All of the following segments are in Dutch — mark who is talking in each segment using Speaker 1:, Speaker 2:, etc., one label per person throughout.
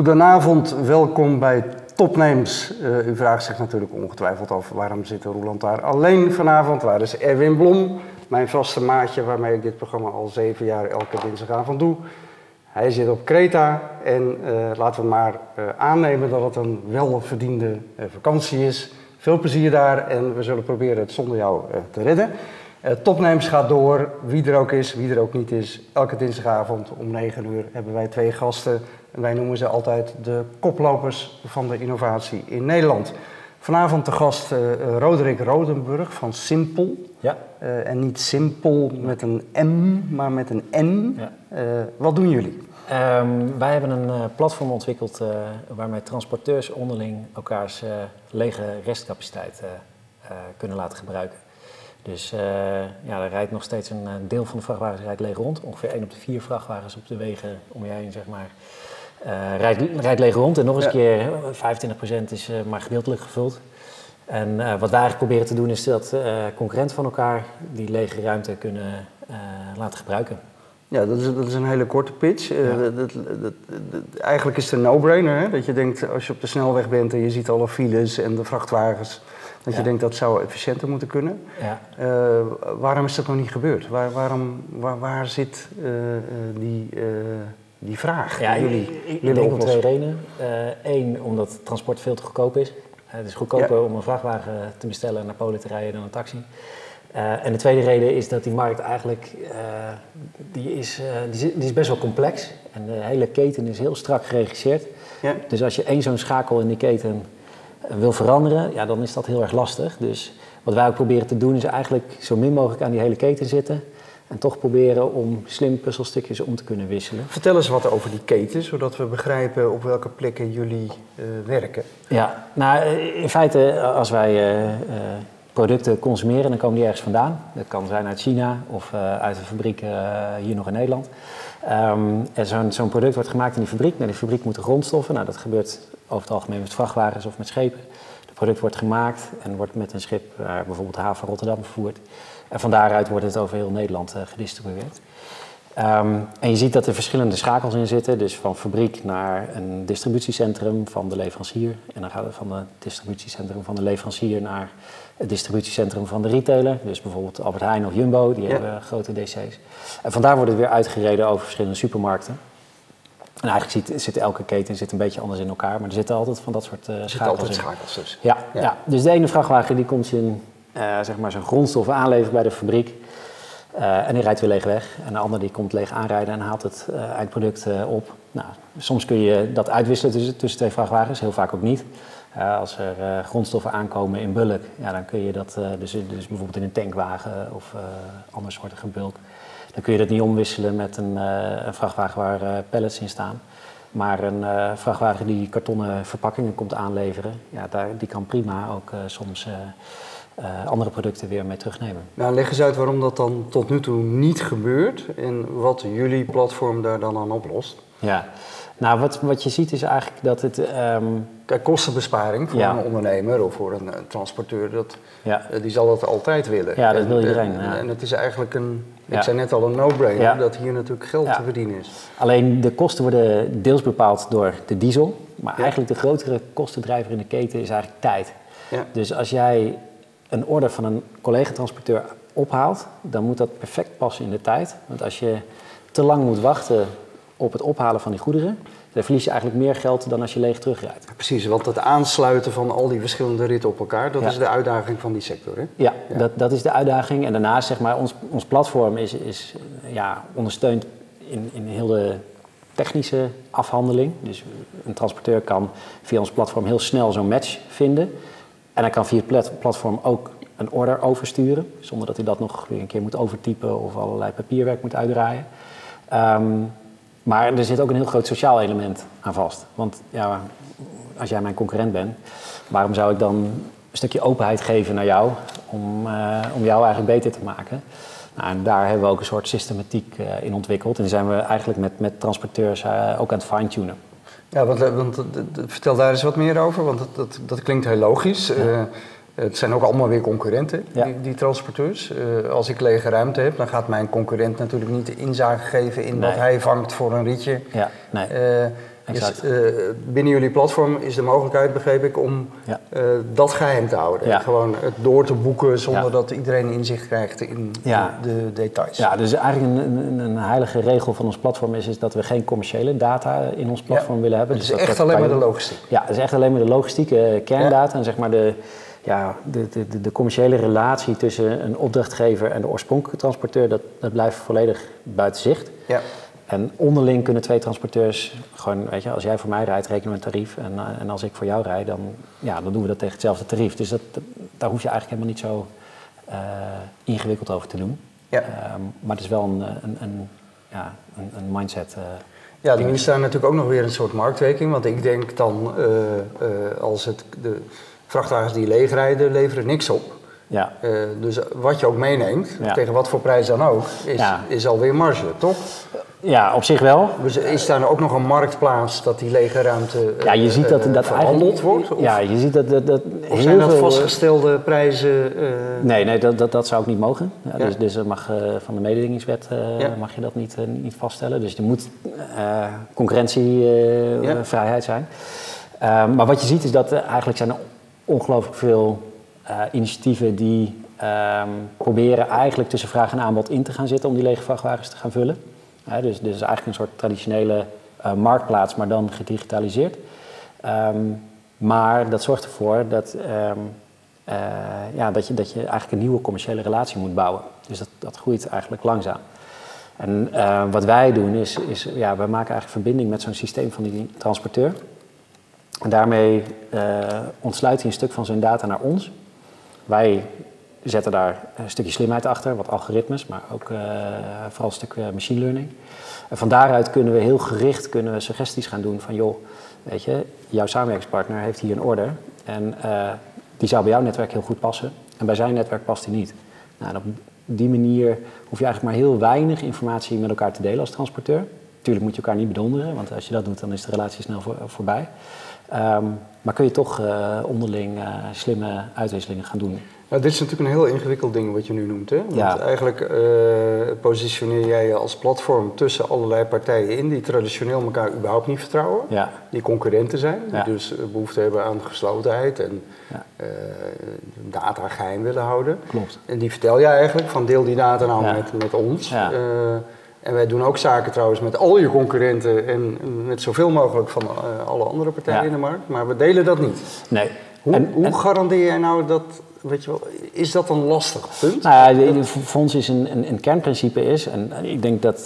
Speaker 1: Goedenavond, welkom bij Topnames. U vraagt zich natuurlijk ongetwijfeld af waarom zit Roeland daar alleen vanavond? Waar is Erwin Blom, mijn vaste maatje waarmee ik dit programma al 7 jaar elke dinsdagavond doe? Hij zit op Kreta en laten we maar aannemen dat het een welverdiende vakantie is. Veel plezier daar en we zullen proberen het zonder jou te redden. Topnames gaat door, wie er ook is, wie er ook niet is. Elke dinsdagavond om 9 uur hebben wij 2 gasten. En wij noemen ze altijd de koplopers van de innovatie in Nederland. Vanavond de gast Roderick Rodenburg van Simpel.
Speaker 2: Ja.
Speaker 1: En niet simpel met een M, maar met een N. Ja. Wat doen jullie?
Speaker 2: Wij hebben een platform ontwikkeld waarmee transporteurs onderling elkaars lege restcapaciteit kunnen laten gebruiken. Dus er rijdt nog steeds een deel van de vrachtwagens rijdt leeg rond. Ongeveer 1 op de 4 vrachtwagens op de wegen om je heen, zeg maar, rijdt leeg rond. En nog eens een keer, 25% is maar gedeeltelijk gevuld. En wat wij eigenlijk proberen te doen is dat concurrenten van elkaar die lege ruimte kunnen laten gebruiken.
Speaker 1: Ja, dat is een hele korte pitch. Eigenlijk is het een no-brainer, hè? Dat je denkt, als je op de snelweg bent en je ziet alle files en de vrachtwagens, dat je denkt dat zou efficiënter moeten kunnen. Ja. Waarom is dat nog niet gebeurd? Waar zit die vraag?
Speaker 2: Ja, ik denk om 2 redenen. 1, omdat transport veel te goedkoop is. Het is goedkoper om een vrachtwagen te bestellen en naar Polen te rijden dan een taxi. En de tweede reden is dat die markt eigenlijk, die is best wel complex. En de hele keten is heel strak geregisseerd. Ja. Dus als je 1 zo'n schakel in die keten wil veranderen, ja, dan is dat heel erg lastig. Dus wat wij ook proberen te doen is eigenlijk zo min mogelijk aan die hele keten zitten. En toch proberen om slim puzzelstukjes om te kunnen wisselen.
Speaker 1: Vertel eens wat over die keten, zodat we begrijpen op welke plekken jullie werken.
Speaker 2: Ja, nou in feite als wij producten consumeren, dan komen die ergens vandaan. Dat kan zijn uit China of uit een fabriek hier nog in Nederland. En zo'n product wordt gemaakt in die fabriek. Naar die fabriek moeten grondstoffen. Nou, dat gebeurt over het algemeen met vrachtwagens of met schepen. Het product wordt gemaakt en wordt met een schip naar bijvoorbeeld de haven van Rotterdam vervoerd. En van daaruit wordt het over heel Nederland gedistribueerd. En je ziet dat er verschillende schakels in zitten. Dus van fabriek naar een distributiecentrum van de leverancier. En dan gaat het van het distributiecentrum van de leverancier naar het distributiecentrum van de retailer. Dus bijvoorbeeld Albert Heijn of Jumbo, die hebben grote DC's. En vandaar wordt het weer uitgereden over verschillende supermarkten. En eigenlijk zit elke keten een beetje anders in elkaar. Maar er zitten altijd van dat soort schakels in.
Speaker 1: Schakels dus.
Speaker 2: Ja. Dus de ene vrachtwagen die komt zijn grondstoffen aanleveren bij de fabriek. En die rijdt weer leeg weg. En de ander die komt leeg aanrijden en haalt het eindproduct op. Nou, soms kun je dat uitwisselen tussen 2 vrachtwagens, heel vaak ook niet. Als er grondstoffen aankomen in bulk, ja, dan kun je dat dus bijvoorbeeld in een tankwagen of andersoortige bulk. Dan kun je dat niet omwisselen met een vrachtwagen waar pallets in staan. Maar een vrachtwagen die kartonnen verpakkingen komt aanleveren, ja, die kan prima ook soms andere producten weer mee terugnemen. Nou,
Speaker 1: leg eens uit waarom dat dan tot nu toe niet gebeurt en wat jullie platform daar dan aan oplost.
Speaker 2: Ja, nou wat je ziet is eigenlijk dat het...
Speaker 1: Kijk, kostenbesparing voor een ondernemer of voor een transporteur, die zal dat altijd willen.
Speaker 2: Ja, dat wil iedereen.
Speaker 1: En het is eigenlijk ik zei net al een no-brainer, dat hier natuurlijk geld te verdienen is.
Speaker 2: Alleen de kosten worden deels bepaald door de diesel, maar eigenlijk de grotere kostendrijver in de keten is eigenlijk tijd. Ja. Dus als jij een order van een collega-transporteur ophaalt, dan moet dat perfect passen in de tijd. Want als je te lang moet wachten op het ophalen van die goederen, dan verlies je eigenlijk meer geld dan als je leeg terugrijdt.
Speaker 1: Precies, want het aansluiten van al die verschillende ritten op elkaar, dat is de uitdaging van die sector, hè?
Speaker 2: Ja. Dat is de uitdaging. En daarnaast, zeg maar, ons platform is ondersteund in heel de technische afhandeling. Dus een transporteur kan via ons platform heel snel zo'n match vinden. En hij kan via het platform ook een order oversturen, zonder dat hij dat nog weer een keer moet overtypen of allerlei papierwerk moet uitdraaien. Maar er zit ook een heel groot sociaal element aan vast. Want ja, als jij mijn concurrent bent, waarom zou ik dan een stukje openheid geven naar jou om jou eigenlijk beter te maken? Nou, en daar hebben we ook een soort systematiek in ontwikkeld. En die zijn we eigenlijk met transporteurs ook aan het fine-tunen.
Speaker 1: Ja, want vertel daar eens wat meer over, want dat klinkt heel logisch. Ja. Het zijn ook allemaal weer concurrenten, die transporteurs. Als ik lege ruimte heb, dan gaat mijn concurrent natuurlijk niet de inzage geven in wat hij vangt voor een ritje. Ja, nee.
Speaker 2: exact.
Speaker 1: Dus, binnen jullie platform is de mogelijkheid, begreep ik, om dat geheim te houden. Ja. Gewoon het door te boeken zonder dat iedereen inzicht krijgt in de details.
Speaker 2: Ja, dus eigenlijk een heilige regel van ons platform is dat we geen commerciële data in ons platform willen hebben.
Speaker 1: Dus echt alleen maar de logistiek.
Speaker 2: Ja, het is echt alleen maar de logistieke kerndata en zeg maar de commerciële relatie tussen een opdrachtgever en de oorspronkelijke transporteur, dat blijft volledig buiten zicht. Ja. En onderling kunnen twee transporteurs gewoon, weet je, als jij voor mij rijdt, rekenen we een tarief. En als ik voor jou rijd, dan doen we dat tegen hetzelfde tarief. Dus daar hoef je eigenlijk helemaal niet zo ingewikkeld over te doen. Ja. Maar het is wel een mindset.
Speaker 1: Ja, nu is daar natuurlijk ook nog weer een soort marktwerking. Want ik denk dan, als de vrachtwagens die leegrijden, leveren niks op. Ja. Dus wat je ook meeneemt, tegen wat voor prijs dan ook, is alweer marge, toch?
Speaker 2: Ja, op zich wel.
Speaker 1: Dus is daar ook nog een marktplaats dat die lege ruimte
Speaker 2: je ziet dat
Speaker 1: verhandeld wordt? Of?
Speaker 2: Ja, je ziet dat
Speaker 1: of zijn dat vastgestelde prijzen?
Speaker 2: Nee, dat zou ook niet mogen. Ja, dus dat mag van de mededingingswet mag je dat niet vaststellen. Dus er moet concurrentievrijheid zijn. Maar wat je ziet is dat eigenlijk zijn er ongelooflijk veel initiatieven die proberen eigenlijk tussen vraag en aanbod in te gaan zitten om die lege vrachtwagens te gaan vullen. Dus eigenlijk een soort traditionele marktplaats, maar dan gedigitaliseerd. Maar dat zorgt ervoor dat je eigenlijk een nieuwe commerciële relatie moet bouwen. Dus dat groeit eigenlijk langzaam. En wat wij doen is we maken eigenlijk verbinding met zo'n systeem van die transporteur. En daarmee ontsluit hij een stuk van zijn data naar ons. Wij zetten daar een stukje slimheid achter, wat algoritmes, maar ook vooral een stuk machine learning. En van daaruit kunnen we heel gericht suggesties gaan doen van joh, weet je, jouw samenwerkingspartner heeft hier een order en die zou bij jouw netwerk heel goed passen en bij zijn netwerk past die niet. Nou, op die manier hoef je eigenlijk maar heel weinig informatie met elkaar te delen als transporteur. Natuurlijk moet je elkaar niet bedonderen, want als je dat doet dan is de relatie snel voorbij. Maar kun je toch onderling slimme uitwisselingen gaan doen.
Speaker 1: Nou, dit is natuurlijk een heel ingewikkeld ding wat je nu noemt. Hè? Want eigenlijk positioneer jij je als platform tussen allerlei partijen in die traditioneel elkaar überhaupt niet vertrouwen. Ja. Die concurrenten zijn, die dus behoefte hebben aan geslotenheid en data geheim willen houden.
Speaker 2: Klopt.
Speaker 1: En die vertel jij eigenlijk van deel die data nou met ons. Ja. En wij doen ook zaken trouwens met al je concurrenten en met zoveel mogelijk van alle andere partijen in de markt. Maar we delen dat niet.
Speaker 2: Nee.
Speaker 1: Hoe garandeer jij nou dat, weet je wel, is dat een lastig punt?
Speaker 2: Nou ja, voor ons is een kernprincipe is, en ik denk dat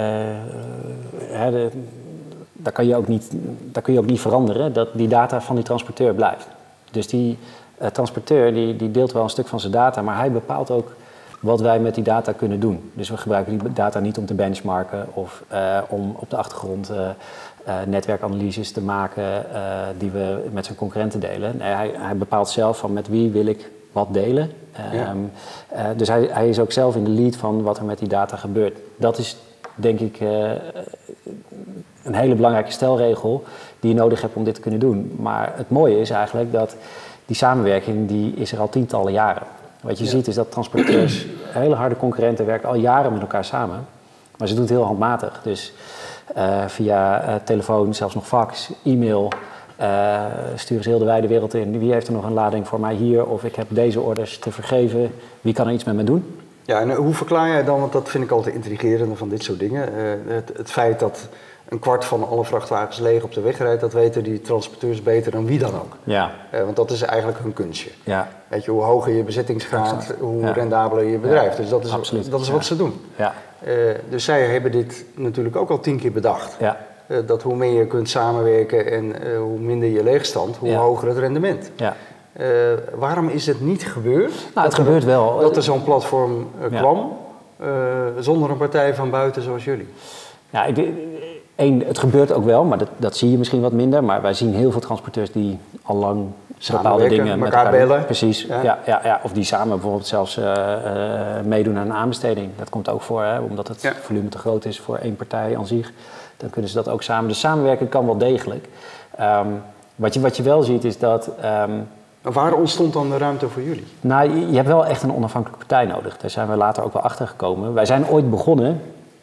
Speaker 2: daar kun je ook niet veranderen, dat die data van die transporteur blijft. Dus die transporteur die deelt wel een stuk van zijn data, maar hij bepaalt ook wat wij met die data kunnen doen. Dus we gebruiken die data niet om te benchmarken of om op de achtergrond netwerkanalyses te maken die we met zijn concurrenten delen. Nee, hij bepaalt zelf van met wie wil ik wat delen. Dus hij is ook zelf in de lead van wat er met die data gebeurt. Dat is denk ik een hele belangrijke stelregel die je nodig hebt om dit te kunnen doen. Maar het mooie is eigenlijk dat die samenwerking die is er al tientallen jaren. Wat je ziet is dat transporteurs, hele harde concurrenten, werken al jaren met elkaar samen. Maar ze doen het heel handmatig. Dus via telefoon, zelfs nog fax, e-mail, sturen ze heel de wijde wereld in. Wie heeft er nog een lading voor mij hier? Of ik heb deze orders te vergeven. Wie kan er iets met me doen?
Speaker 1: Ja, en hoe verklaar jij dan, want dat vind ik altijd intrigerend van dit soort dingen, het feit dat een kwart van alle vrachtwagens leeg op de weg rijdt, dat weten die transporteurs beter dan wie dan ook. Ja. Want dat is eigenlijk hun kunstje. Ja. Weet je, hoe hoger je bezettingsgraad, hoe rendabeler je bedrijf. Dus dat is wat ze doen. Ja. Dus zij hebben dit natuurlijk ook al 10 keer bedacht. Ja. Dat hoe meer je kunt samenwerken en hoe minder je leegstand, hoe hoger het rendement. Ja. Waarom is het niet gebeurd?
Speaker 2: Nou, het gebeurt wel.
Speaker 1: Dat er zo'n platform kwam zonder een partij van buiten zoals jullie.
Speaker 2: Ja, het gebeurt ook wel, maar dat zie je misschien wat minder. Maar wij zien heel veel transporteurs die al lang bepaalde dingen met elkaar
Speaker 1: bellen.
Speaker 2: Doen. Precies, ja. Of die samen bijvoorbeeld zelfs meedoen aan een aanbesteding. Dat komt ook voor, omdat het volume te groot is voor één partij aan zich. Dan kunnen ze dat ook samen. Dus samenwerken kan wel degelijk. Wat je wel ziet is dat...
Speaker 1: Maar waar ontstond dan de ruimte voor jullie?
Speaker 2: Nou, je hebt wel echt een onafhankelijke partij nodig. Daar zijn we later ook wel achter gekomen. Wij zijn ooit begonnen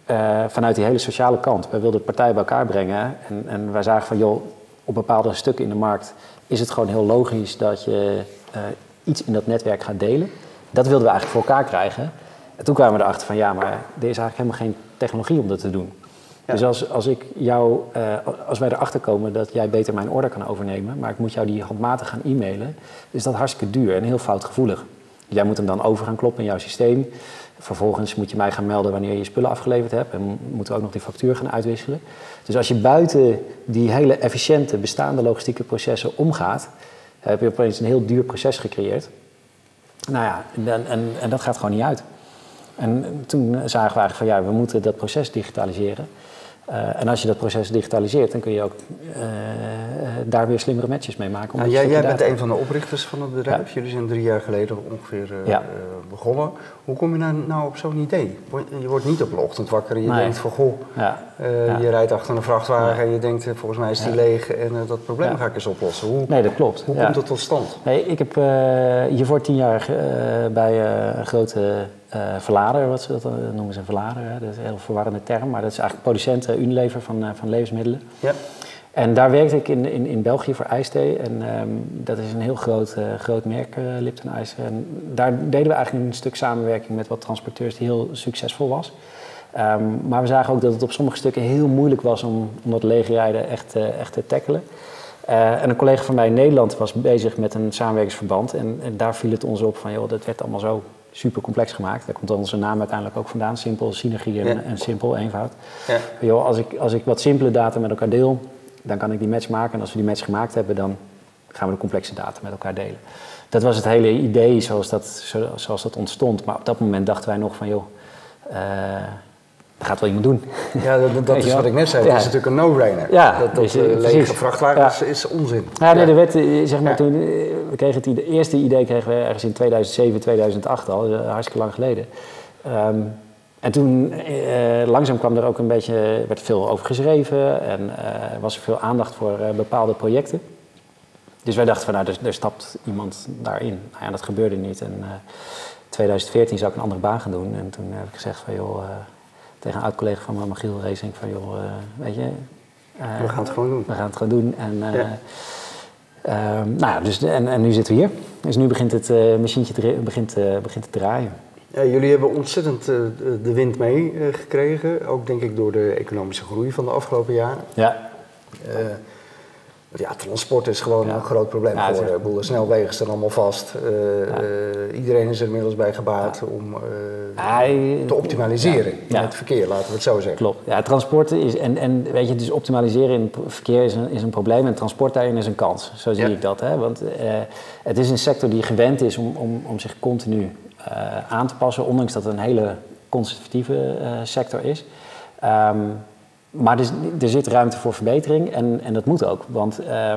Speaker 2: vanuit die hele sociale kant. Wij wilden partijen bij elkaar brengen. En wij zagen van, joh, op bepaalde stukken in de markt is het gewoon heel logisch dat je iets in dat netwerk gaat delen. Dat wilden we eigenlijk voor elkaar krijgen. En toen kwamen we erachter van, ja, maar er is eigenlijk helemaal geen technologie om dat te doen. Ja. Dus als wij erachter komen dat jij beter mijn order kan overnemen, maar ik moet jou die handmatig gaan e-mailen, is dat hartstikke duur en heel foutgevoelig. Jij moet hem dan over gaan kloppen in jouw systeem. Vervolgens moet je mij gaan melden wanneer je je spullen afgeleverd hebt. En moeten we ook nog die factuur gaan uitwisselen. Dus als je buiten die hele efficiënte bestaande logistieke processen omgaat, heb je opeens een heel duur proces gecreëerd. Nou ja, en dat gaat gewoon niet uit. En toen zagen we eigenlijk van, ja, we moeten dat proces digitaliseren. En als je dat proces digitaliseert, dan kun je ook daar weer slimmere matches mee maken.
Speaker 1: Nou, jij bent een van de oprichters van het bedrijf. Ja. Jullie zijn 3 jaar geleden ongeveer begonnen. Hoe kom je nou op zo'n idee? Je wordt niet op een ochtend wakker en je denkt van, goh, je rijdt achter een vrachtwagen en je denkt, volgens mij is die leeg en dat probleem ga ik eens oplossen.
Speaker 2: Nee, dat klopt.
Speaker 1: Hoe komt het tot stand?
Speaker 2: Nee, ik heb hiervoor 10 jaar bij een grote verlader, wat ze dat noemen ze een verlader. Hè? Dat is een heel verwarrende term, maar dat is eigenlijk producent Unilever van levensmiddelen. Ja. En daar werkte ik in België voor IJsthee. En dat is een heel groot merk, Lipton Ice. En daar deden we eigenlijk een stuk samenwerking met wat transporteurs die heel succesvol was. Maar we zagen ook dat het op sommige stukken heel moeilijk was om dat leegrijden echt te tackelen. En een collega van mij in Nederland was bezig met een samenwerkingsverband. En daar viel het ons op van, joh, dat werd allemaal zo super complex gemaakt. Daar komt onze naam uiteindelijk ook vandaan. Simpel, synergie en simpel, eenvoud. Ja. Joh, als ik wat simpele data met elkaar deel, dan kan ik die match maken. En als we die match gemaakt hebben, dan gaan we de complexe data met elkaar delen. Dat was het hele idee zoals dat ontstond. Maar op dat moment dachten wij nog van, joh, dat gaat wel iemand doen.
Speaker 1: Ja, dat is wat ik net zei. Dat is natuurlijk een no-brainer. Ja, dat lege vrachtwagens is onzin.
Speaker 2: Ja, nee, er werd, zeg maar, toen we kregen het eerste idee kregen we ergens in 2007, 2008 al, hartstikke lang geleden. En toen langzaam kwam er ook een beetje, werd veel over geschreven en was er veel aandacht voor bepaalde projecten. Dus wij dachten van, nou, er stapt iemand daarin. Nou ja, dat gebeurde niet. En in 2014 zou ik een andere baan gaan doen. En toen heb ik gezegd van, joh, tegen een oud-collega van me, Magiel Racing, van, joh, weet je...
Speaker 1: we gaan het gewoon doen.
Speaker 2: We gaan het gewoon doen. En, nou ja, dus, en nu zitten we hier. Dus nu begint het machientje begint te draaien.
Speaker 1: Ja, jullie hebben ontzettend de wind mee gekregen. Ook denk ik door de economische groei van de afgelopen jaren. Ja. Ja, transport is gewoon een groot probleem geworden. De snelwegen staan allemaal vast. Iedereen is er inmiddels bij gebaat om te optimaliseren in het verkeer, laten we het zo zeggen.
Speaker 2: Klopt. Ja, transport is, en weet je, dus optimaliseren in het verkeer is een probleem en transport daarin is een kans. Zo zie ik dat. Hè? Want het is een sector die gewend is om zich continu aan te passen, ondanks dat het een hele conservatieve sector is. Maar er zit ruimte voor verbetering en dat moet ook. Want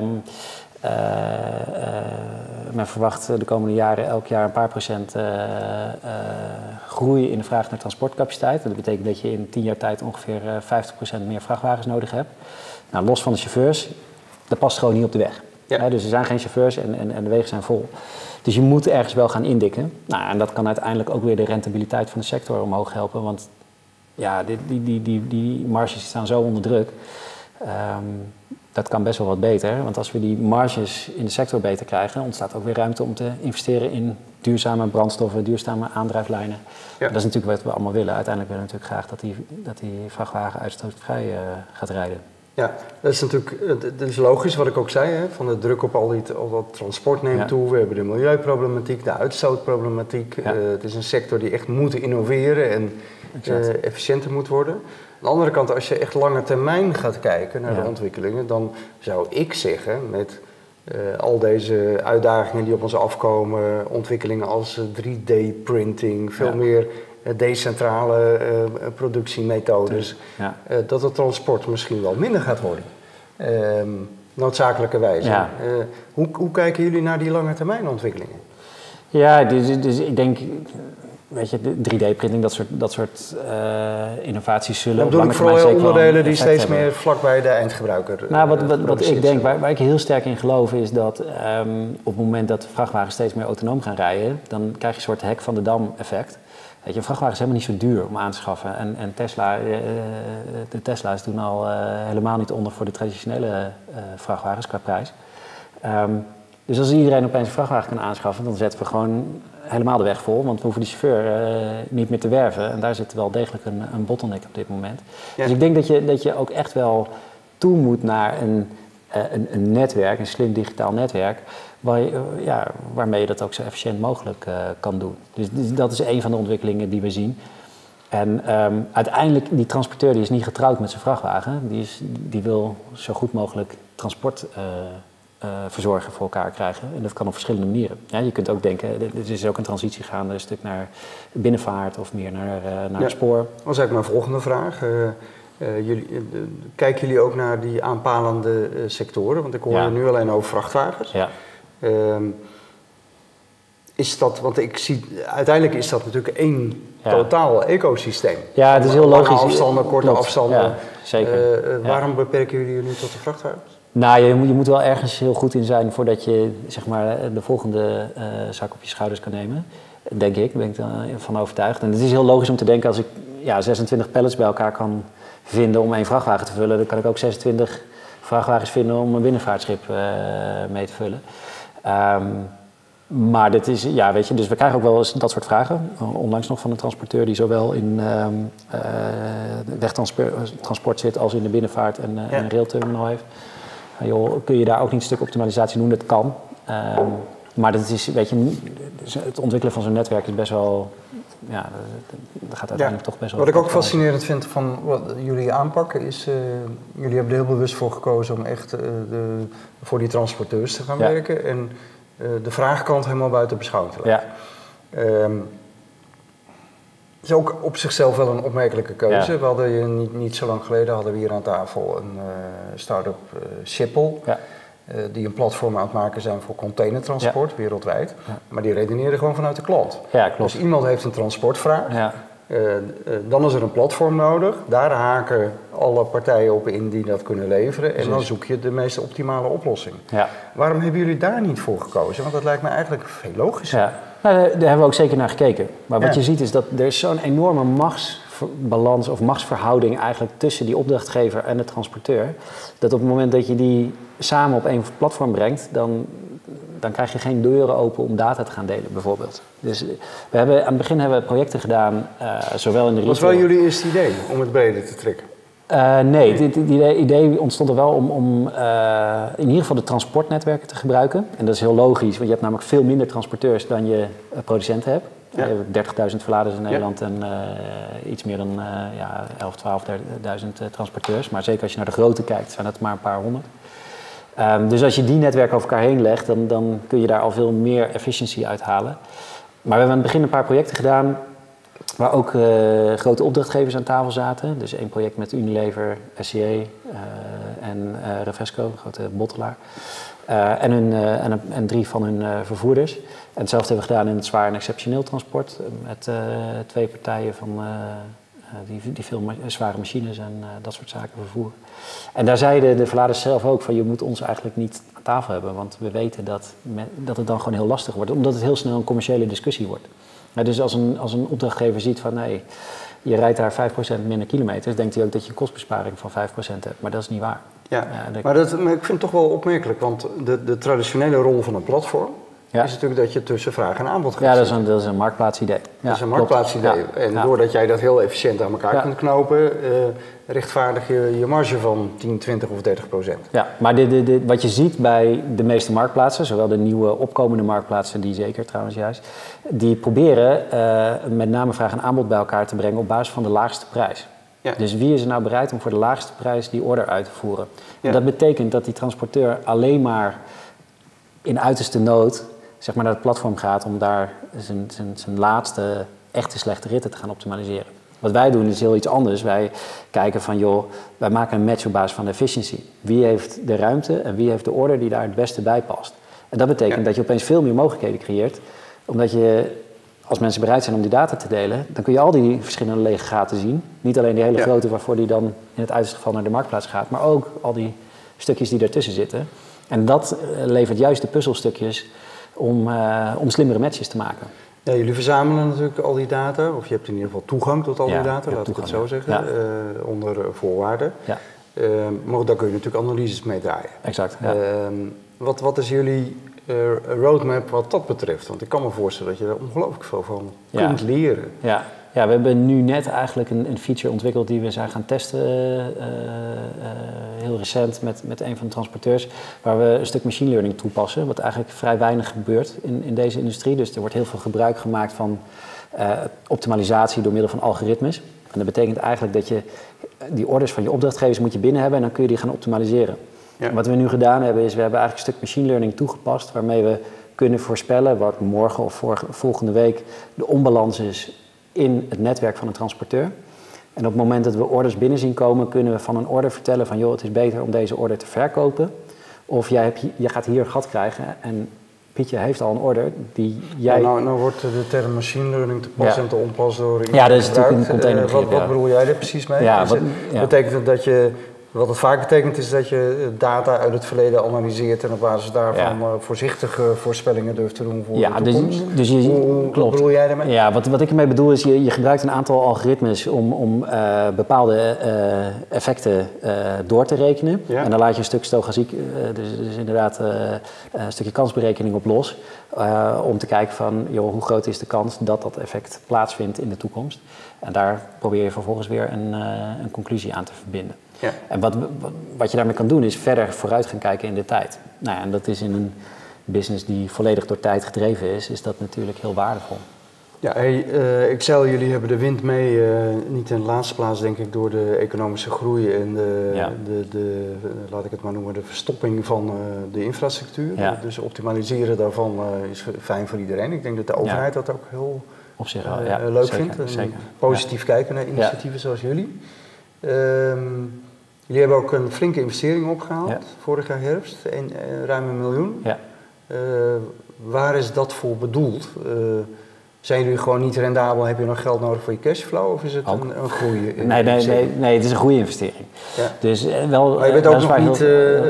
Speaker 2: men verwacht de komende jaren elk jaar een paar procent groei in de vraag naar transportcapaciteit. Dat betekent dat je in 10 jaar tijd ongeveer 50% meer vrachtwagens nodig hebt. Nou, los van de chauffeurs, dat past gewoon niet op de weg. Ja. Dus er zijn geen chauffeurs en de wegen zijn vol. Dus je moet ergens wel gaan indikken. Nou, en dat kan uiteindelijk ook weer de rentabiliteit van de sector omhoog helpen. Want ja, die marges staan zo onder druk. Dat kan best wel wat beter. Want als we die marges in de sector beter krijgen, ontstaat ook weer ruimte om te investeren in duurzame brandstoffen, duurzame aandrijflijnen. Ja. Dat is natuurlijk wat we allemaal willen. Uiteindelijk willen we natuurlijk graag dat die vrachtwagen uitstootvrij gaat rijden.
Speaker 1: Ja, dat is natuurlijk dat is logisch wat ik ook zei, hè, van de druk op al dat transport neemt toe. We hebben de milieuproblematiek, de uitstootproblematiek. Het is een sector die echt moet innoveren en efficiënter moet worden. Aan de andere kant, als je echt lange termijn gaat kijken naar de ontwikkelingen, dan zou ik zeggen, met al deze uitdagingen die op ons afkomen, ontwikkelingen als 3D-printing, veel meer decentrale productiemethodes, dat het transport misschien wel minder gaat worden. Noodzakelijkerwijze. Ja. Hoe kijken jullie naar die lange termijn ontwikkelingen?
Speaker 2: Ja, dus ik denk, weet je, 3D-printing, dat soort innovaties zullen...
Speaker 1: Dan bedoel ik vooral onderdelen die steeds meer vlakbij de eindgebruiker
Speaker 2: wat ik denk, waar ik heel sterk in geloof, is dat op het moment dat vrachtwagens steeds meer autonoom gaan rijden, dan krijg je een soort hek van de dam effect. Weet je, een vrachtwagen is helemaal niet zo duur om aan te schaffen. En Tesla, de Tesla's doen al helemaal niet onder voor de traditionele vrachtwagens qua prijs. Dus als iedereen opeens een vrachtwagen kan aanschaffen, dan zetten we gewoon helemaal de weg vol. Want we hoeven die chauffeur niet meer te werven. En daar zit wel degelijk een bottleneck op dit moment. Ja. Dus ik denk dat je ook echt wel toe moet naar een netwerk, een slim digitaal netwerk, waarmee je dat ook zo efficiënt mogelijk kan doen. Dus dat is een van de ontwikkelingen die we zien. En uiteindelijk, die transporteur die is niet getrouwd met zijn vrachtwagen. Die wil zo goed mogelijk transport verzorgen voor elkaar krijgen. En dat kan op verschillende manieren. Ja, je kunt ook denken, er is ook een transitie gaande, een stuk naar binnenvaart of meer naar het spoor.
Speaker 1: Dat was eigenlijk mijn volgende vraag. Kijken jullie ook naar die aanpalende sectoren? Want ik hoor je nu alleen over vrachtwagens.
Speaker 2: Ja.
Speaker 1: Is dat, want ik zie, uiteindelijk is dat natuurlijk één totaal ecosysteem.
Speaker 2: Ja, het is heel logisch.
Speaker 1: Lange afstanden, korte afstanden.
Speaker 2: Ja, zeker.
Speaker 1: Waarom beperken jullie nu tot de vrachtwagens?
Speaker 2: Nou, je moet wel ergens heel goed in zijn voordat je zeg maar, de volgende zak op je schouders kan nemen. Denk ik, daar ben ik van overtuigd. En het is heel logisch om te denken, als ik 26 pallets bij elkaar kan vinden om 1 vrachtwagen te vullen, dan kan ik ook 26 vrachtwagens vinden om een binnenvaartschip mee te vullen. Maar dit is, ja, weet je, dus we krijgen ook wel eens dat soort vragen. Onlangs nog van een transporteur die zowel in wegtransport zit als in de binnenvaart en een railterminal heeft. Joh, kun je daar ook niet een stuk optimalisatie doen? Dat kan. Maar dat is, weet je, het ontwikkelen van zo'n netwerk is best wel, ja, dat gaat uiteindelijk toch best wel.
Speaker 1: Wat ik ook fascinerend vind van wat jullie aanpakken is, jullie hebben er heel bewust voor gekozen om echt voor die transporteurs te gaan werken en de vraagkant helemaal buiten beschouwing te laten. Ja. Het is ook op zichzelf wel een opmerkelijke keuze. Ja. We hadden niet zo lang geleden hadden we hier aan tafel een start-up Schiphol. Ja. Die een platform aan het maken zijn voor containertransport wereldwijd. Ja. Maar die redeneren gewoon vanuit de klant.
Speaker 2: Ja, klopt.
Speaker 1: Dus iemand heeft een transportvraag. Ja. Dan is er een platform nodig. Daar haken alle partijen op in die dat kunnen leveren. Precies. En dan zoek je de meest optimale oplossing. Ja. Waarom hebben jullie daar niet voor gekozen? Want dat lijkt me eigenlijk veel logischer. Ja.
Speaker 2: Nou, daar hebben we ook zeker naar gekeken. Maar wat je ziet is dat er zo'n enorme machtsbalans of machtsverhouding eigenlijk tussen die opdrachtgever en de transporteur. Dat op het moment dat je die samen op één platform brengt, dan krijg je geen deuren open om data te gaan delen, bijvoorbeeld. Dus aan het begin hebben we projecten gedaan, zowel in de retail.
Speaker 1: Was wel jullie eerste idee om het breder te trekken?
Speaker 2: Nee, dit idee ontstond er wel om in ieder geval de transportnetwerken te gebruiken. En dat is heel logisch, want je hebt namelijk veel minder transporteurs dan je producenten hebt. Ja. Je hebt 30.000 verladers in Nederland en iets meer dan 12.000 transporteurs. Maar zeker als je naar de grootte kijkt, zijn dat maar een paar honderd. Dus als je die netwerken over elkaar heen legt, dan kun je daar al veel meer efficiëntie uithalen. Maar we hebben aan het begin een paar projecten gedaan waar ook grote opdrachtgevers aan tafel zaten. Dus één project met Unilever, SCA en Refresco, een grote bottelaar. En 3 van hun vervoerders. En hetzelfde hebben we gedaan in het zwaar en exceptioneel transport. Met 2 partijen die veel zware machines en dat soort zaken vervoeren. En daar zeiden de verladers zelf ook van, je moet ons eigenlijk niet aan tafel hebben. Want we weten dat het dan gewoon heel lastig wordt. Omdat het heel snel een commerciële discussie wordt. Dus als een opdrachtgever ziet van nee, je rijdt daar 5% minder kilometers, denkt hij ook dat je een kostbesparing van 5% hebt. Maar dat is niet waar.
Speaker 1: Ja, maar ik vind het toch wel opmerkelijk, want de traditionele rol van een platform is natuurlijk dat je tussen vraag en aanbod gaat zitten.
Speaker 2: Ja, dat is een marktplaatsidee.
Speaker 1: Dat is een marktplaatsidee. Ja. En doordat jij dat heel efficiënt aan elkaar kunt knopen, rechtvaardig je marge van 10, 20 of 30%.
Speaker 2: Ja, maar wat je ziet bij de meeste marktplaatsen, zowel de nieuwe opkomende marktplaatsen, die zeker trouwens juist, die proberen met name vraag en aanbod bij elkaar te brengen op basis van de laagste prijs. Ja. Dus wie is er nou bereid om voor de laagste prijs die order uit te voeren? Ja. En dat betekent dat die transporteur alleen maar in uiterste nood zeg maar naar het platform gaat om daar zijn laatste echte slechte ritten te gaan optimaliseren. Wat wij doen is heel iets anders. Wij kijken van joh, wij maken een match op basis van de efficiëntie. Wie heeft de ruimte en wie heeft de order die daar het beste bij past? En dat betekent dat je opeens veel meer mogelijkheden creëert. Omdat je, als mensen bereid zijn om die data te delen, dan kun je al die verschillende lege gaten zien. Niet alleen die hele grote waarvoor die dan in het uiterste geval naar de marktplaats gaat, maar ook al die stukjes die ertussen zitten. En dat levert juist de puzzelstukjes om slimmere matches te maken.
Speaker 1: Ja, jullie verzamelen natuurlijk al die data, of je hebt in ieder geval toegang tot al die data, laat ik het zo zeggen, onder voorwaarden. Ja. Maar daar kun je natuurlijk analyses mee draaien.
Speaker 2: Exact. Ja.
Speaker 1: Wat is jullie roadmap wat dat betreft? Want ik kan me voorstellen dat je er ongelooflijk veel van kunt leren.
Speaker 2: Ja. Ja, we hebben nu net eigenlijk een feature ontwikkeld die we zijn gaan testen, heel recent met een van de transporteurs, waar we een stuk machine learning toepassen, wat eigenlijk vrij weinig gebeurt in deze industrie. Dus er wordt heel veel gebruik gemaakt van optimalisatie door middel van algoritmes. En dat betekent eigenlijk dat je die orders van je opdrachtgevers moet je binnen hebben en dan kun je die gaan optimaliseren. Ja. En wat we nu gedaan hebben is, we hebben eigenlijk een stuk machine learning toegepast, waarmee we kunnen voorspellen wat morgen of volgende week de onbalans is in het netwerk van een transporteur. En op het moment dat we orders binnen zien komen, kunnen we van een order vertellen van joh, het is beter om deze order te verkopen. Of je gaat hier een gat krijgen en Pietje heeft al een order die jij...
Speaker 1: Nou wordt de term machine learning te pas en te onpas door iemand
Speaker 2: dat is natuurlijk een containerbegrip.
Speaker 1: Wat bedoel jij er precies mee? Betekent het dat je... Wat het vaak betekent is dat je data uit het verleden analyseert en op basis daarvan voorzichtige voorspellingen durft te doen voor de toekomst.
Speaker 2: Dus
Speaker 1: klopt. Wat bedoel jij daarmee?
Speaker 2: Ja, wat ik ermee bedoel is, je gebruikt een aantal algoritmes om bepaalde effecten door te rekenen. Ja. En dan laat je een stuk stochastiek, dus inderdaad een stukje kansberekening op los. Om te kijken van, joh, hoe groot is de kans dat dat effect plaatsvindt in de toekomst. En daar probeer je vervolgens weer een conclusie aan te verbinden. Ja. En wat je daarmee kan doen is verder vooruit gaan kijken in de tijd. Nou ja, en dat is in een business die volledig door tijd gedreven is dat natuurlijk heel waardevol.
Speaker 1: Ja, Excel, jullie hebben de wind mee, niet in de laatste plaats denk ik door de economische groei en de laat ik het maar noemen, de verstopping van de infrastructuur. Ja. Dus optimaliseren daarvan is fijn voor iedereen. Ik denk dat de overheid dat ook heel
Speaker 2: op zich
Speaker 1: leuk vindt. En positief kijken naar initiatieven zoals jullie. Jullie hebben ook een flinke investering opgehaald vorig jaar herfst, ruim $1 miljoen. Ja. Waar is dat voor bedoeld? Zijn jullie gewoon niet rendabel? Heb je nog geld nodig voor je cashflow? Of is het een goede investering?
Speaker 2: Nee, het is een goede investering. Ja. Dus
Speaker 1: maar je bent ook nog niet...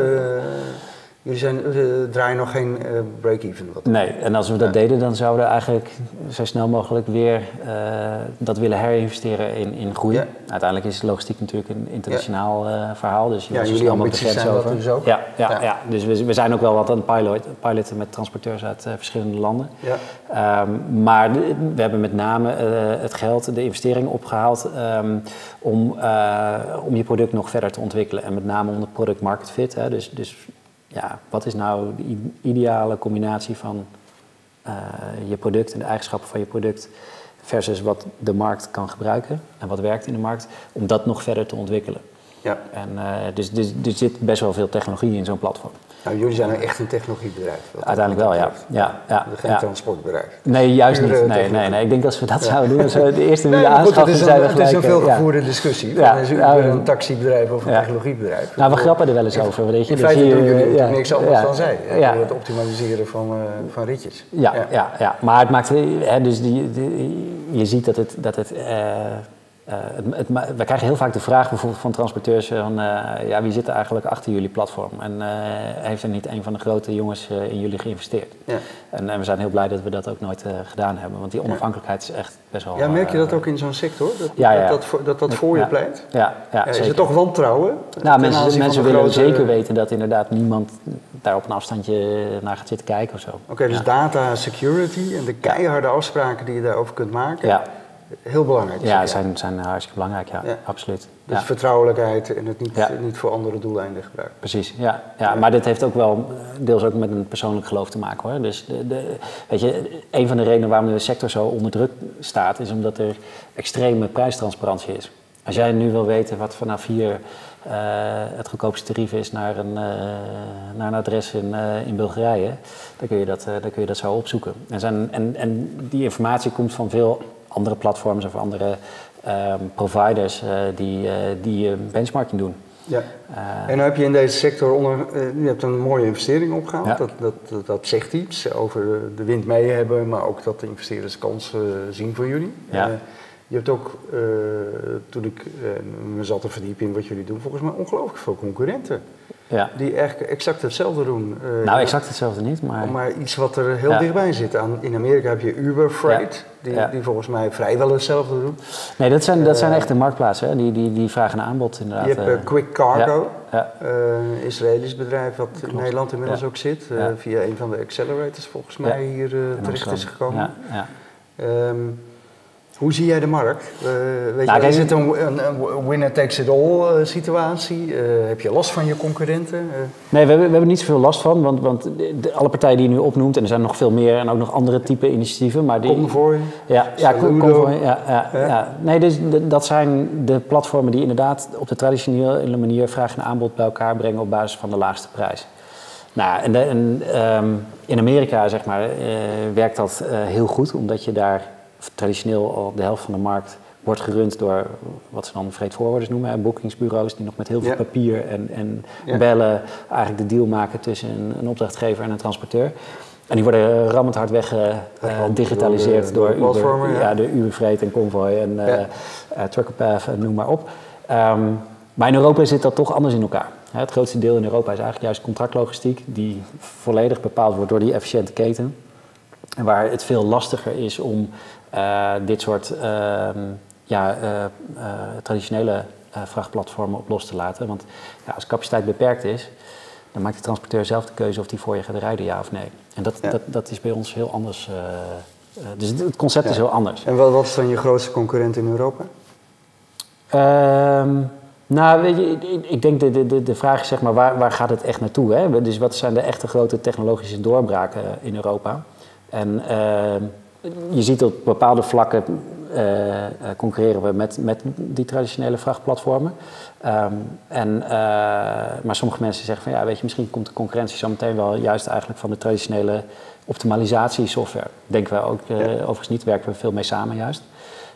Speaker 1: Jullie draaien nog geen break-even?
Speaker 2: Nee, en als we dat deden, dan zouden we eigenlijk zo snel mogelijk weer dat willen herinvesteren in groei. Ja. Uiteindelijk is logistiek natuurlijk een internationaal verhaal, dus je
Speaker 1: jullie ambities zijn dat dus ook?
Speaker 2: Ja. Dus we zijn ook wel wat aan het piloten met transporteurs uit verschillende landen. Ja. Maar we hebben met name het geld, de investering opgehaald om je product nog verder te ontwikkelen. En met name om de product market fit, dus ja, wat is nou de ideale combinatie van je product en de eigenschappen van je product versus wat de markt kan gebruiken en wat werkt in de markt, om dat nog verder te ontwikkelen. Ja. En dus er zit best wel veel technologie in zo'n platform.
Speaker 1: Nou, jullie zijn echt een technologiebedrijf.
Speaker 2: Uiteindelijk wel, ja.
Speaker 1: Geen transportbedrijf.
Speaker 2: Nee, juist niet. Nee. Ik denk dat als we dat zouden doen, als we de eerste manier aanschaffen, zijn we gelijk...
Speaker 1: Het is een veelgevoerde discussie. Is u een taxibedrijf of een technologiebedrijf?
Speaker 2: Nou, we grappen er wel eens over. Weet je.
Speaker 1: In feite doen jullie natuurlijk niks anders dan zij. Door het optimaliseren van ritjes.
Speaker 2: Ja. Maar het maakt... Dus je ziet dat het we krijgen heel vaak de vraag bijvoorbeeld van transporteurs van wie zit er eigenlijk achter jullie platform en heeft er niet een van de grote jongens in jullie geïnvesteerd? Ja. En we zijn heel blij dat we dat ook nooit gedaan hebben, want die onafhankelijkheid is echt best wel...
Speaker 1: Ja, merk je dat ook in zo'n sector? Dat voor je pleit?
Speaker 2: Ja,
Speaker 1: is het toch wantrouwen?
Speaker 2: Nou, mensen willen zeker weten dat inderdaad niemand daar op een afstandje naar gaat zitten kijken of zo.
Speaker 1: Oké, dus data security en de keiharde afspraken die je daarover kunt maken... Ja. Heel belangrijk.
Speaker 2: Ja, zijn hartstikke belangrijk, ja. Absoluut.
Speaker 1: Dus vertrouwelijkheid en het niet voor andere doeleinden gebruiken.
Speaker 2: Precies, ja. Maar dit heeft ook wel deels ook met een persoonlijk geloof te maken, hoor. Dus weet je, een van de redenen waarom de sector zo onder druk staat, is omdat er extreme prijstransparantie is. Als jij nu wil weten wat vanaf hier het goedkoopste tarief is naar een adres in Bulgarije, dan kun je dat zo opzoeken. En die informatie komt van veel andere platforms of andere providers die benchmarking doen. Ja.
Speaker 1: En dan heb je in deze sector je hebt een mooie investering opgehaald. Ja. Dat zegt iets over de wind mee hebben, maar ook dat de investeerders kansen zien voor jullie. Ja. Je hebt ook, toen ik me zat te verdiepen in wat jullie doen, volgens mij ongelooflijk veel concurrenten.
Speaker 2: Ja.
Speaker 1: Die eigenlijk exact hetzelfde doen.
Speaker 2: Nou, exact hetzelfde niet, maar...
Speaker 1: Maar iets wat er heel dichtbij zit. In Amerika heb je Uber Freight, die volgens mij vrijwel hetzelfde doen.
Speaker 2: Nee, dat zijn echte marktplaatsen, hè? Die vragen en aanbod inderdaad.
Speaker 1: Je hebt Quick Cargo,
Speaker 2: een
Speaker 1: Israëlisch bedrijf wat in Nederland inmiddels ook zit. Via een van de accelerators volgens mij hier terecht is gekomen. Hoe zie jij de markt? Is het een winner takes it all situatie? Heb je last van je concurrenten?
Speaker 2: Nee, we hebben niet zoveel last van, want alle partijen die je nu opnoemt, en er zijn nog veel meer en ook nog andere type initiatieven. Maar
Speaker 1: Convoy?
Speaker 2: Convoy, Nee, dus dat zijn de platformen die inderdaad op de traditionele manier vraag en aanbod bij elkaar brengen op basis van de laagste prijs. Nou, in Amerika, zeg maar, werkt dat heel goed, omdat je daar traditioneel al de helft van de markt wordt gerund door wat ze dan freight forwarders noemen, boekingsbureaus die nog met heel veel papier en bellen eigenlijk de deal maken tussen een opdrachtgever en een transporteur. En die worden rammend hard digitaliseerd door Uber, de Uber Freight en Convoy en Truckerpath en noem maar op. Maar in Europa zit dat toch anders in elkaar. Het grootste deel in Europa is eigenlijk juist contractlogistiek, die volledig bepaald wordt door die efficiënte keten. En waar het veel lastiger is om dit soort traditionele vrachtplatformen op los te laten. Want als capaciteit beperkt is, dan maakt de transporteur zelf de keuze of die voor je gaat rijden, ja of nee. En dat is bij ons heel anders. Dus het concept is heel anders.
Speaker 1: En wat is dan je grootste concurrent in Europa?
Speaker 2: Nou, weet je, ik denk de vraag is zeg maar, waar gaat het echt naartoe? Hè? Dus wat zijn de echte grote technologische doorbraken in Europa? En je ziet op bepaalde vlakken concurreren we met die traditionele vrachtplatformen. Maar sommige mensen zeggen van weet je, misschien komt de concurrentie zo meteen wel juist eigenlijk van de traditionele optimalisatiesoftware. Denken we ook overigens niet, werken we veel mee samen juist.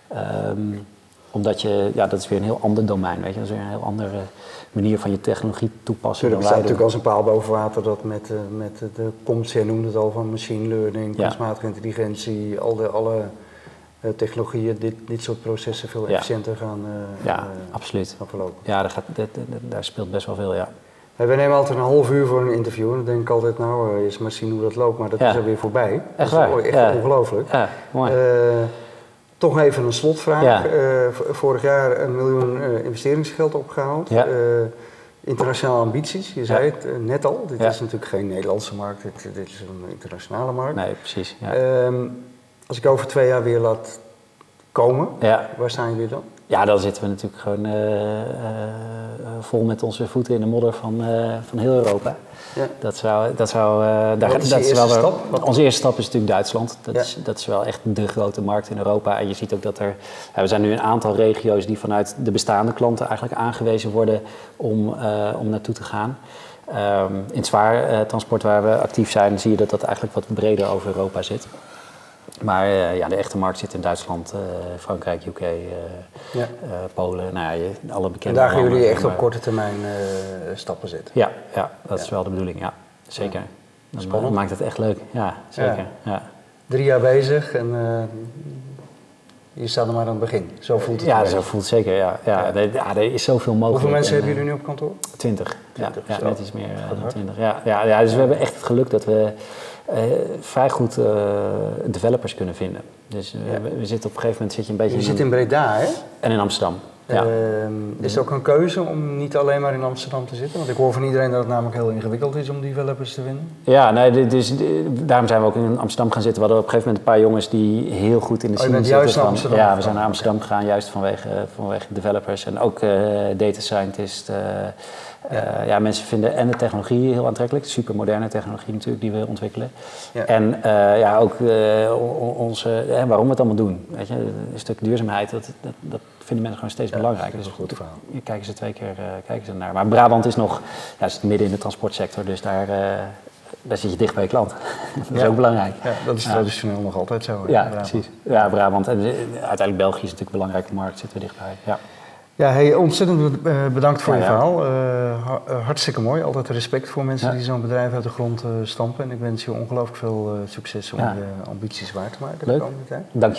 Speaker 2: Omdat dat is weer een heel ander domein, weet je, dat is weer een heel andere manier van je technologie toepassen.
Speaker 1: Er staat natuurlijk als een paal boven water dat met de komst, jij noemde het al, van machine learning, kunstmatige intelligentie, alle technologieën dit soort processen veel efficiënter gaan
Speaker 2: absoluut.
Speaker 1: verlopen.
Speaker 2: Ja, daar speelt best wel veel,
Speaker 1: We nemen altijd een half uur voor een interview en dan denk ik altijd, nou, eens maar zien hoe dat loopt, maar dat is alweer voorbij.
Speaker 2: Echt waar?
Speaker 1: Dat is echt ongelooflijk.
Speaker 2: Ja, mooi.
Speaker 1: Toch even een slotvraag. Vorig jaar $1 miljoen investeringsgeld opgehaald. Internationale ambities, je zei het net al. Dit is natuurlijk geen Nederlandse markt, dit is een internationale markt.
Speaker 2: Nee, precies.
Speaker 1: Als ik over 2 jaar weer laat komen, waar staan jullie dan?
Speaker 2: Ja, dan zitten we natuurlijk gewoon vol met onze voeten in de modder van heel Europa. Ja. Onze eerste stap is natuurlijk Duitsland. Dat is wel echt de grote markt in Europa. En je ziet ook dat we zijn nu een aantal regio's die vanuit de bestaande klanten eigenlijk aangewezen worden om naartoe te gaan. In het zwaar transport waar we actief zijn, zie je dat eigenlijk wat breder over Europa zit. Maar de echte markt zit in Duitsland, Frankrijk, UK, Polen, alle bekende.
Speaker 1: En daar gaan jullie echt op korte termijn stappen zetten?
Speaker 2: Ja, dat is wel de bedoeling, zeker. Dat maakt het echt leuk, zeker. Ja.
Speaker 1: 3 jaar bezig en je staat er maar aan het begin, zo voelt het.
Speaker 2: Ja, zo voelt het zeker, er is zoveel mogelijk.
Speaker 1: Hoeveel mensen hebben jullie nu op kantoor?
Speaker 2: 20, net iets meer dan 20. Dus we hebben echt het geluk dat we vrij goed developers kunnen vinden. Dus we zitten op een gegeven moment een beetje...
Speaker 1: Je zit in Breda, hè?
Speaker 2: En in Amsterdam.
Speaker 1: Is het ook een keuze om niet alleen maar in Amsterdam te zitten? Want ik hoor van iedereen dat het namelijk heel ingewikkeld is om developers te vinden. Ja,
Speaker 2: daarom zijn we ook in Amsterdam gaan zitten. We hadden op een gegeven moment een paar jongens die heel goed in de scene zitten.
Speaker 1: Juist naar Amsterdam?
Speaker 2: Ja, we zijn naar Amsterdam gegaan, juist vanwege developers en ook data scientists. Mensen vinden en de technologie heel aantrekkelijk, supermoderne technologie natuurlijk die we ontwikkelen. Ja. En ook waarom we het allemaal doen. Weet je, een stuk duurzaamheid, dat vinden mensen gewoon steeds belangrijker. Dus goed, kijken ze 2 keer naar. Maar Brabant is nog, zit midden in de transportsector, dus daar zit je dicht bij je klant. Dat is ook belangrijk.
Speaker 1: Ja, dat is traditioneel nog altijd zo.
Speaker 2: Ja, Brabant. Precies. Ja, Brabant. En uiteindelijk België is natuurlijk een belangrijke markt, zitten we dichtbij. Ja.
Speaker 1: Ja, hey, ontzettend bedankt voor je verhaal. Hartstikke mooi. Altijd respect voor mensen die zo'n bedrijf uit de grond stampen. En ik wens je ongelooflijk veel succes om je ambities waar te maken de komende tijd.
Speaker 2: Dankjewel.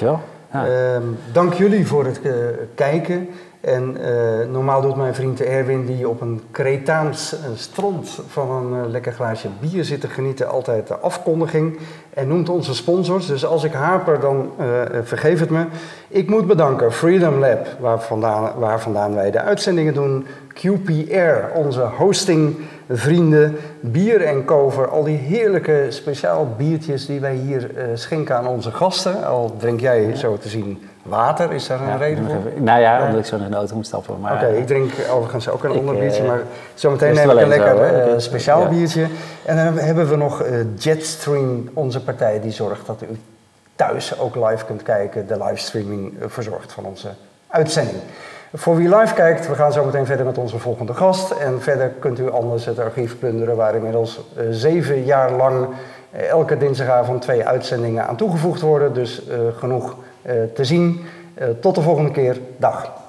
Speaker 1: Dank jullie voor het kijken. En normaal doet mijn vriend Erwin, die op een Cretaans strand van een lekker glaasje bier zit te genieten, altijd de afkondiging en noemt onze sponsors. Dus als ik haper, dan vergeef het me. Ik moet bedanken Freedom Lab, waar vandaan wij de uitzendingen doen. QPR, onze hostingvrienden. Bier & Cover, al die heerlijke speciaal biertjes die wij hier schenken aan onze gasten. Al drink jij zo te zien water, is daar een reden voor?
Speaker 2: Nou ja, omdat ik zo naar de auto moet stappen.
Speaker 1: Oké, ik drink overigens ook een ander biertje, maar zometeen neem ik een lekker speciaal biertje. En dan hebben we nog Jetstream, onze partij die zorgt dat u thuis ook live kunt kijken, de livestreaming verzorgt van onze uitzending. Voor wie live kijkt, we gaan zo meteen verder met onze volgende gast. En verder kunt u anders het archief plunderen, waar inmiddels 7 jaar lang elke dinsdagavond 2 uitzendingen aan toegevoegd worden. Dus genoeg te zien. Tot de volgende keer. Dag.